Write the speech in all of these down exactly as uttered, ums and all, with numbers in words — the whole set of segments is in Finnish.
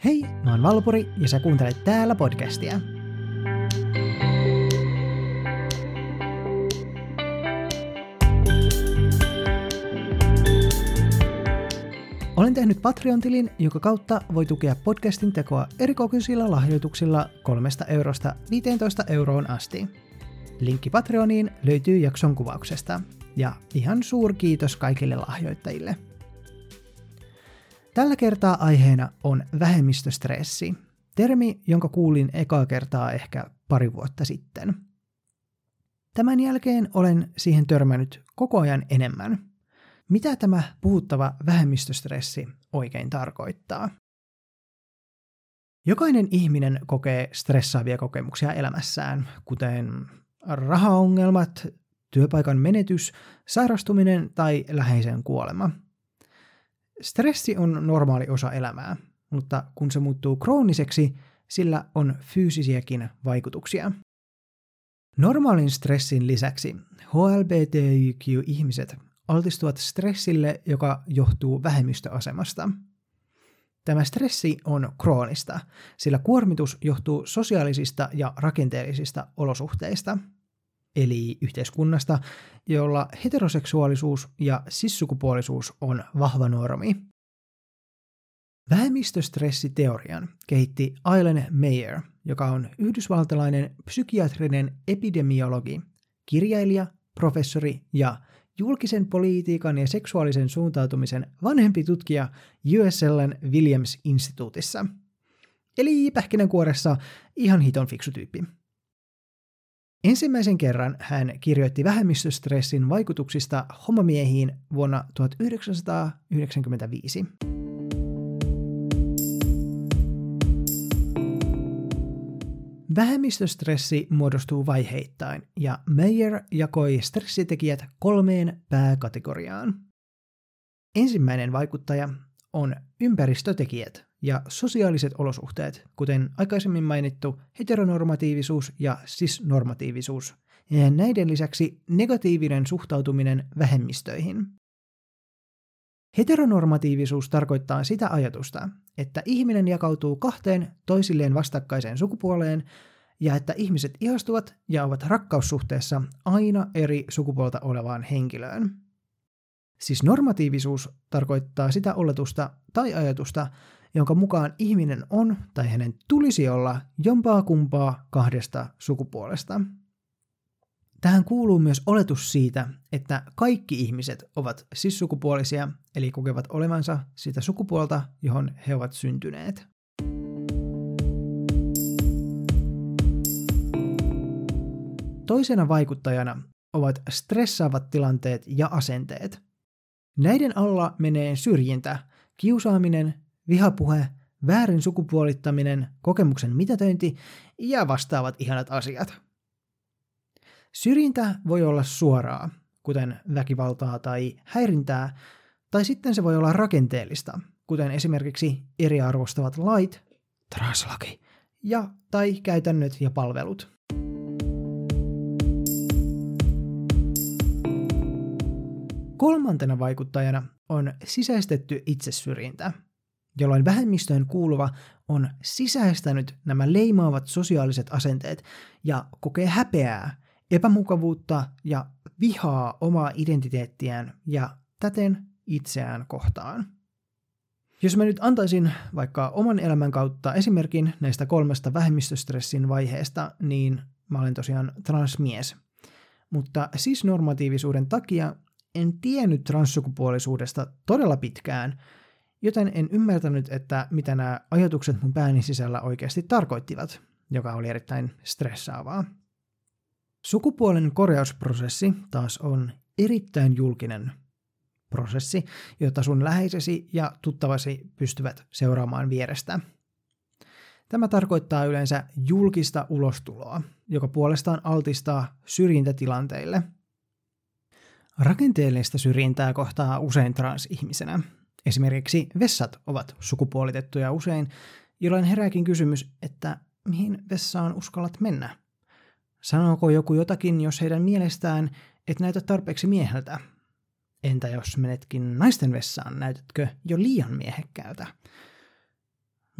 Hei, mä oon Valpuri ja sä kuuntelet täällä podcastia. Olen tehnyt Patreon-tilin, jonka kautta voi tukea podcastin tekoa erikokoisilla lahjoituksilla kolmesta eurosta viiteentoista euroon asti. Linkki Patreoniin löytyy jakson kuvauksesta. Ja ihan suurkiitos kaikille lahjoittajille. Tällä kertaa aiheena on vähemmistöstressi, termi, jonka kuulin ekaa kertaa ehkä pari vuotta sitten. Tämän jälkeen olen siihen törmännyt koko ajan enemmän. Mitä tämä puhuttava vähemmistöstressi oikein tarkoittaa? Jokainen ihminen kokee stressaavia kokemuksia elämässään, kuten rahaongelmat, työpaikan menetys, sairastuminen tai läheisen kuolema. Stressi on normaali osa elämää, mutta kun se muuttuu krooniseksi, sillä on fyysisiäkin vaikutuksia. Normaalin stressin lisäksi H L B T I Q-ihmiset altistuvat stressille, joka johtuu vähemmistöasemasta. Tämä stressi on kroonista, sillä kuormitus johtuu sosiaalisista ja rakenteellisista olosuhteista, eli yhteiskunnasta, jolla heteroseksuaalisuus ja sissukupuolisuus on vahva normi. Vähemmistöstressiteorian kehitti Eileen Meyer, joka on yhdysvaltalainen psykiatrinen epidemiologi, kirjailija, professori ja julkisen politiikan ja seksuaalisen suuntautumisen vanhempi tutkija U S L Williams-instituutissa. Eli pähkinänkuoressa ihan hiton fiksu tyyppi. Ensimmäisen kerran hän kirjoitti vähemmistöstressin vaikutuksista homomiehiin vuonna tuhatyhdeksänsataayhdeksänkymmentäviisi. Vähemmistöstressi muodostuu vaiheittain, ja Meyer jakoi stressitekijät kolmeen pääkategoriaan. Ensimmäinen vaikuttaja on ympäristötekijät ja sosiaaliset olosuhteet, kuten aikaisemmin mainittu heteronormatiivisuus ja cisnormatiivisuus, ja näiden lisäksi negatiivinen suhtautuminen vähemmistöihin. Heteronormatiivisuus tarkoittaa sitä ajatusta, että ihminen jakautuu kahteen toisilleen vastakkaiseen sukupuoleen ja että ihmiset ihastuvat ja ovat rakkaussuhteessa aina eri sukupuolta olevaan henkilöön. Siis normatiivisuus tarkoittaa sitä oletusta tai ajatusta, jonka mukaan ihminen on tai hänen tulisi olla jompaa kumpaa kahdesta sukupuolesta. Tähän kuuluu myös oletus siitä, että kaikki ihmiset ovat sissukupuolisia, eli kokevat olevansa sitä sukupuolta, johon he ovat syntyneet. Toisena vaikuttajana ovat stressaavat tilanteet ja asenteet. Näiden alla menee syrjintä, kiusaaminen, vihapuhe, väärin sukupuolittaminen, kokemuksen mitätöinti ja vastaavat ihanat asiat. Syrjintä voi olla suoraa, kuten väkivaltaa tai häirintää, tai sitten se voi olla rakenteellista, kuten esimerkiksi eriarvostavat lait, translaki, ja tai käytännöt ja palvelut. Kolmantena vaikuttajana on sisäistetty itsesyrjintä, jolloin vähemmistöön kuuluva on sisäistänyt nämä leimaavat sosiaaliset asenteet ja kokee häpeää, epämukavuutta ja vihaa omaa identiteettiään ja täten itseään kohtaan. Jos mä nyt antaisin vaikka oman elämän kautta esimerkin näistä kolmesta vähemmistöstressin vaiheesta, niin mä olen tosiaan transmies. Mutta cisnormatiivisuuden takia en tiennyt transsukupuolisuudesta todella pitkään, joten en ymmärtänyt, että mitä nämä ajatukset mun pääni sisällä oikeasti tarkoittivat, joka oli erittäin stressaavaa. Sukupuolen korjausprosessi taas on erittäin julkinen prosessi, jota sun läheisesi ja tuttavasi pystyvät seuraamaan vierestä. Tämä tarkoittaa yleensä julkista ulostuloa, joka puolestaan altistaa syrjintätilanteille. Rakenteellista syrjintää kohtaa usein transihmisenä. Esimerkiksi vessat ovat sukupuolitettuja usein, jolloin herääkin kysymys, että mihin vessaan uskallat mennä? Sanooko joku jotakin, jos heidän mielestään et näytä tarpeeksi mieheltä? Entä jos menetkin naisten vessaan, näytätkö jo liian miehekkäältä?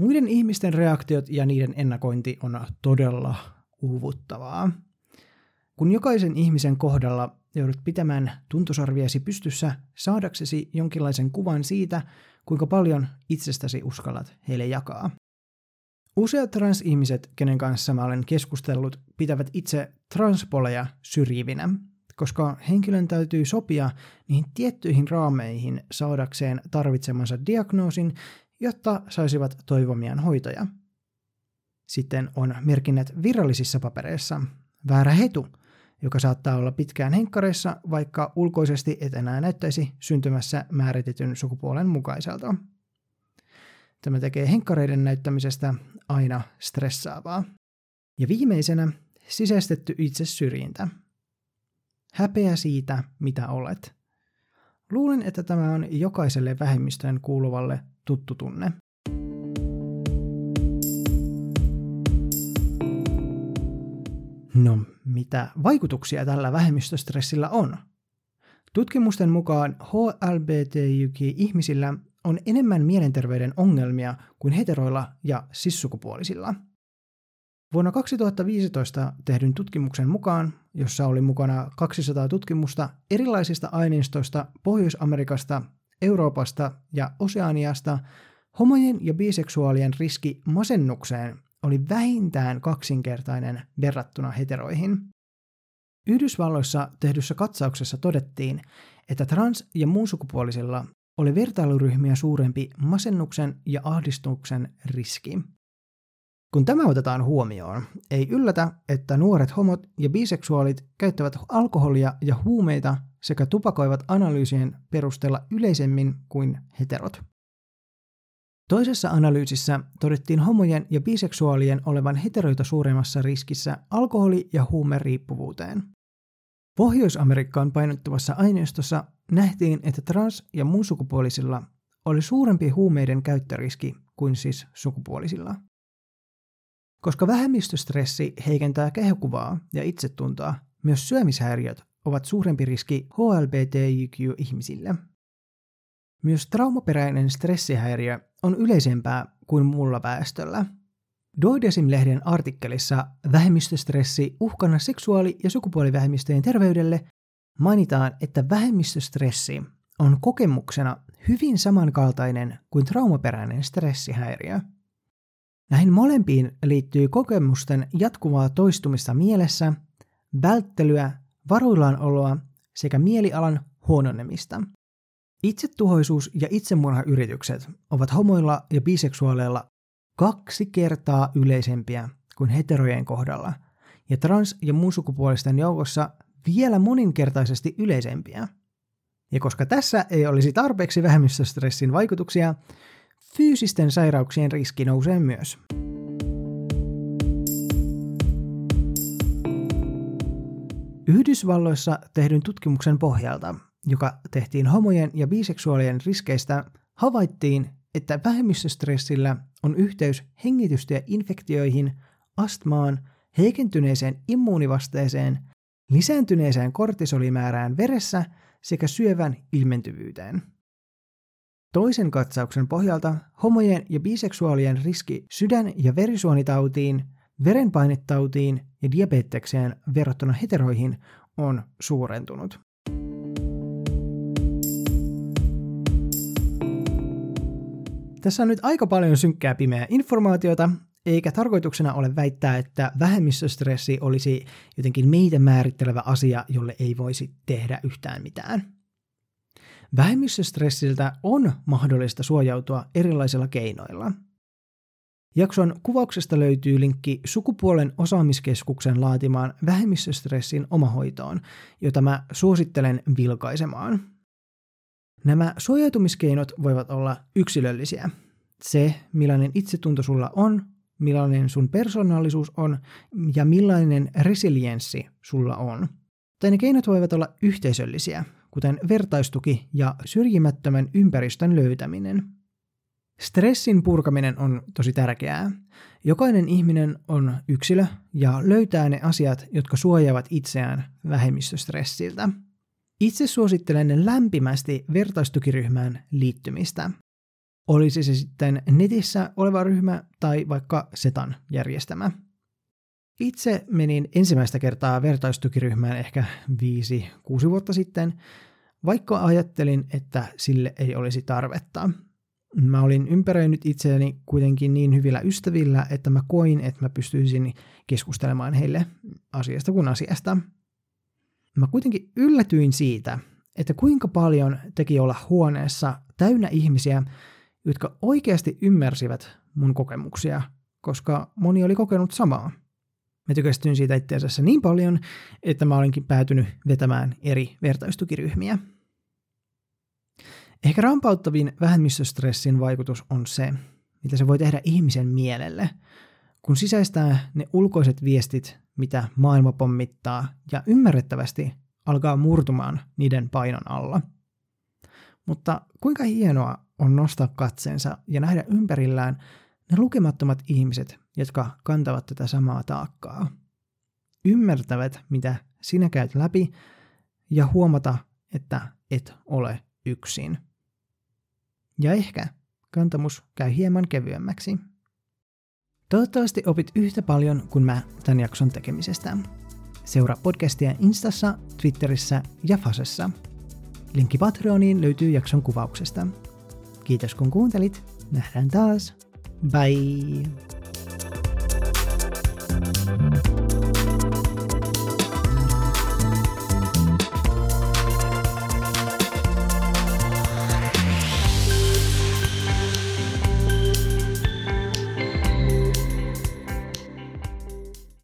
Muiden ihmisten reaktiot ja niiden ennakointi on todella uuvuttavaa. Kun jokaisen ihmisen kohdalla joudut pitämään tuntosarviasi pystyssä saadaksesi jonkinlaisen kuvan siitä, kuinka paljon itsestäsi uskallat heille jakaa. Useat transihmiset, kenen kanssa mä olen keskustellut, pitävät itse transpoleja syrjivinä, koska henkilön täytyy sopia niihin tiettyihin raameihin saadakseen tarvitsemansa diagnoosin, jotta saisivat toivomiaan hoitoja. Sitten on merkinnät virallisissa papereissa, väärä hetu, joka saattaa olla pitkään henkkareissa, vaikka ulkoisesti et enää näyttäisi syntymässä määritetyn sukupuolen mukaiselta. Tämä tekee henkkareiden näyttämisestä aina stressaavaa. Ja viimeisenä sisäistetty itsesyrjintä. Häpeä siitä, mitä olet. Luulen, että tämä on jokaiselle vähemmistöön kuuluvalle tuttu tunne. No, mitä vaikutuksia tällä vähemmistöstressillä on? Tutkimusten mukaan H L B T I Q-ihmisillä on enemmän mielenterveyden ongelmia kuin heteroilla ja cis-sukupuolisilla. Vuonna kaksituhattaviisitoista tehdyn tutkimuksen mukaan, jossa oli mukana kaksisataa tutkimusta erilaisista aineistoista Pohjois-Amerikasta, Euroopasta ja Oseaniasta, homojen ja biseksuaalien riski masennukseen oli vähintään kaksinkertainen verrattuna heteroihin. Yhdysvalloissa tehdyssä katsauksessa todettiin, että trans- ja muunsukupuolisilla oli vertailuryhmiä suurempi masennuksen ja ahdistuksen riski. Kun tämä otetaan huomioon, ei yllätä, että nuoret homot ja biseksuaalit käyttävät alkoholia ja huumeita sekä tupakoivat analyysien perusteella yleisemmin kuin heterot. Toisessa analyysissä todettiin homojen ja biseksuaalien olevan heteroita suuremmassa riskissä alkoholi- ja huumeriippuvuuteen. Pohjois-Amerikkaan painottuvassa aineistossa nähtiin, että trans- ja muunsukupuolisilla oli suurempi huumeiden käyttöriski kuin siis sukupuolisilla. Koska vähemmistöstressi heikentää kehokuvaa ja itsetuntoa, myös syömishäiriöt ovat suurempi riski H L B T I Q-ihmisille. Myös traumaperäinen stressihäiriö on yleisempää kuin muulla väestöllä. Doidesim-lehden artikkelissa Vähemmistöstressi uhkana seksuaali- ja sukupuolivähemmistöjen terveydelle mainitaan, että vähemmistöstressi on kokemuksena hyvin samankaltainen kuin traumaperäinen stressihäiriö. Näihin molempiin liittyy kokemusten jatkuvaa toistumista mielessä, välttelyä, varuillaanoloa sekä mielialan huononemista. Itsetuhoisuus ja itsemurhayritykset ovat homoilla ja biseksuaaleilla kaksi kertaa yleisempiä kuin heterojen kohdalla, ja trans- ja muunsukupuolisten joukossa vielä moninkertaisesti yleisempiä. Ja koska tässä ei olisi tarpeeksi vähemmistöstressin vaikutuksia, fyysisten sairauksien riski nousee myös. Yhdysvalloissa tehdyn tutkimuksen pohjalta, joka tehtiin homojen ja biseksuaalien riskeistä, havaittiin, että vähemmistöstressillä on yhteys hengitystieinfektioihin, astmaan, heikentyneeseen immuunivasteeseen, lisääntyneeseen kortisolimäärään veressä sekä syövän ilmentyvyyteen. Toisen katsauksen pohjalta homojen ja biseksuaalien riski sydän- ja verisuonitautiin, verenpainetautiin ja diabetekseen verrattuna heteroihin on suurentunut. Tässä on nyt aika paljon synkkää pimeää informaatiota, eikä tarkoituksena ole väittää, että vähemmistöstressi olisi jotenkin meitä määrittelevä asia, jolle ei voisi tehdä yhtään mitään. Vähemmistöstressiltä on mahdollista suojautua erilaisilla keinoilla. Jakson kuvauksesta löytyy linkki Sukupuolen osaamiskeskuksen laatimaan vähemmistöstressin omahoitoon, jota mä suosittelen vilkaisemaan. Nämä suojautumiskeinot voivat olla yksilöllisiä. Se, millainen itsetunto sulla on, millainen sun persoonallisuus on ja millainen resilienssi sulla on. Tai ne keinot voivat olla yhteisöllisiä, kuten vertaistuki ja syrjimättömän ympäristön löytäminen. Stressin purkaminen on tosi tärkeää. Jokainen ihminen on yksilö ja löytää ne asiat, jotka suojaavat itseään vähemmistöstressiltä. Itse suosittelen lämpimästi vertaistukiryhmään liittymistä. Olisi se sitten netissä oleva ryhmä tai vaikka Setan järjestämä. Itse menin ensimmäistä kertaa vertaistukiryhmään ehkä viisi, kuusi vuotta sitten, vaikka ajattelin, että sille ei olisi tarvetta. Mä olin ympäröinyt itseäni kuitenkin niin hyvillä ystävillä, että mä koin, että mä pystyisin keskustelemaan heille asiasta kuin asiasta. Mä kuitenkin yllätyin siitä, että kuinka paljon teki olla huoneessa täynnä ihmisiä, jotka oikeasti ymmärsivät mun kokemuksia, koska moni oli kokenut samaa. Mä tykästyin siitä itse asiassa niin paljon, että mä olinkin päätynyt vetämään eri vertaistukiryhmiä. Ehkä rampauttavin vähemmistöstressin vaikutus on se, mitä se voi tehdä ihmisen mielelle, kun sisäistää ne ulkoiset viestit, mitä maailma pommittaa, ja ymmärrettävästi alkaa murtumaan niiden painon alla. Mutta kuinka hienoa on nostaa katseensa ja nähdä ympärillään ne lukemattomat ihmiset, jotka kantavat tätä samaa taakkaa. Ymmärtävät, mitä sinä käyt läpi, ja huomata, että et ole yksin. Ja ehkä kantamus käy hieman kevyemmäksi. Toivottavasti opit yhtä paljon kuin mä tämän jakson tekemisestä. Seuraa podcastia Instassa, Twitterissä ja Fasessa. Linkki Patreoniin löytyy jakson kuvauksesta. Kiitos kun kuuntelit. Nähdään taas. Bye!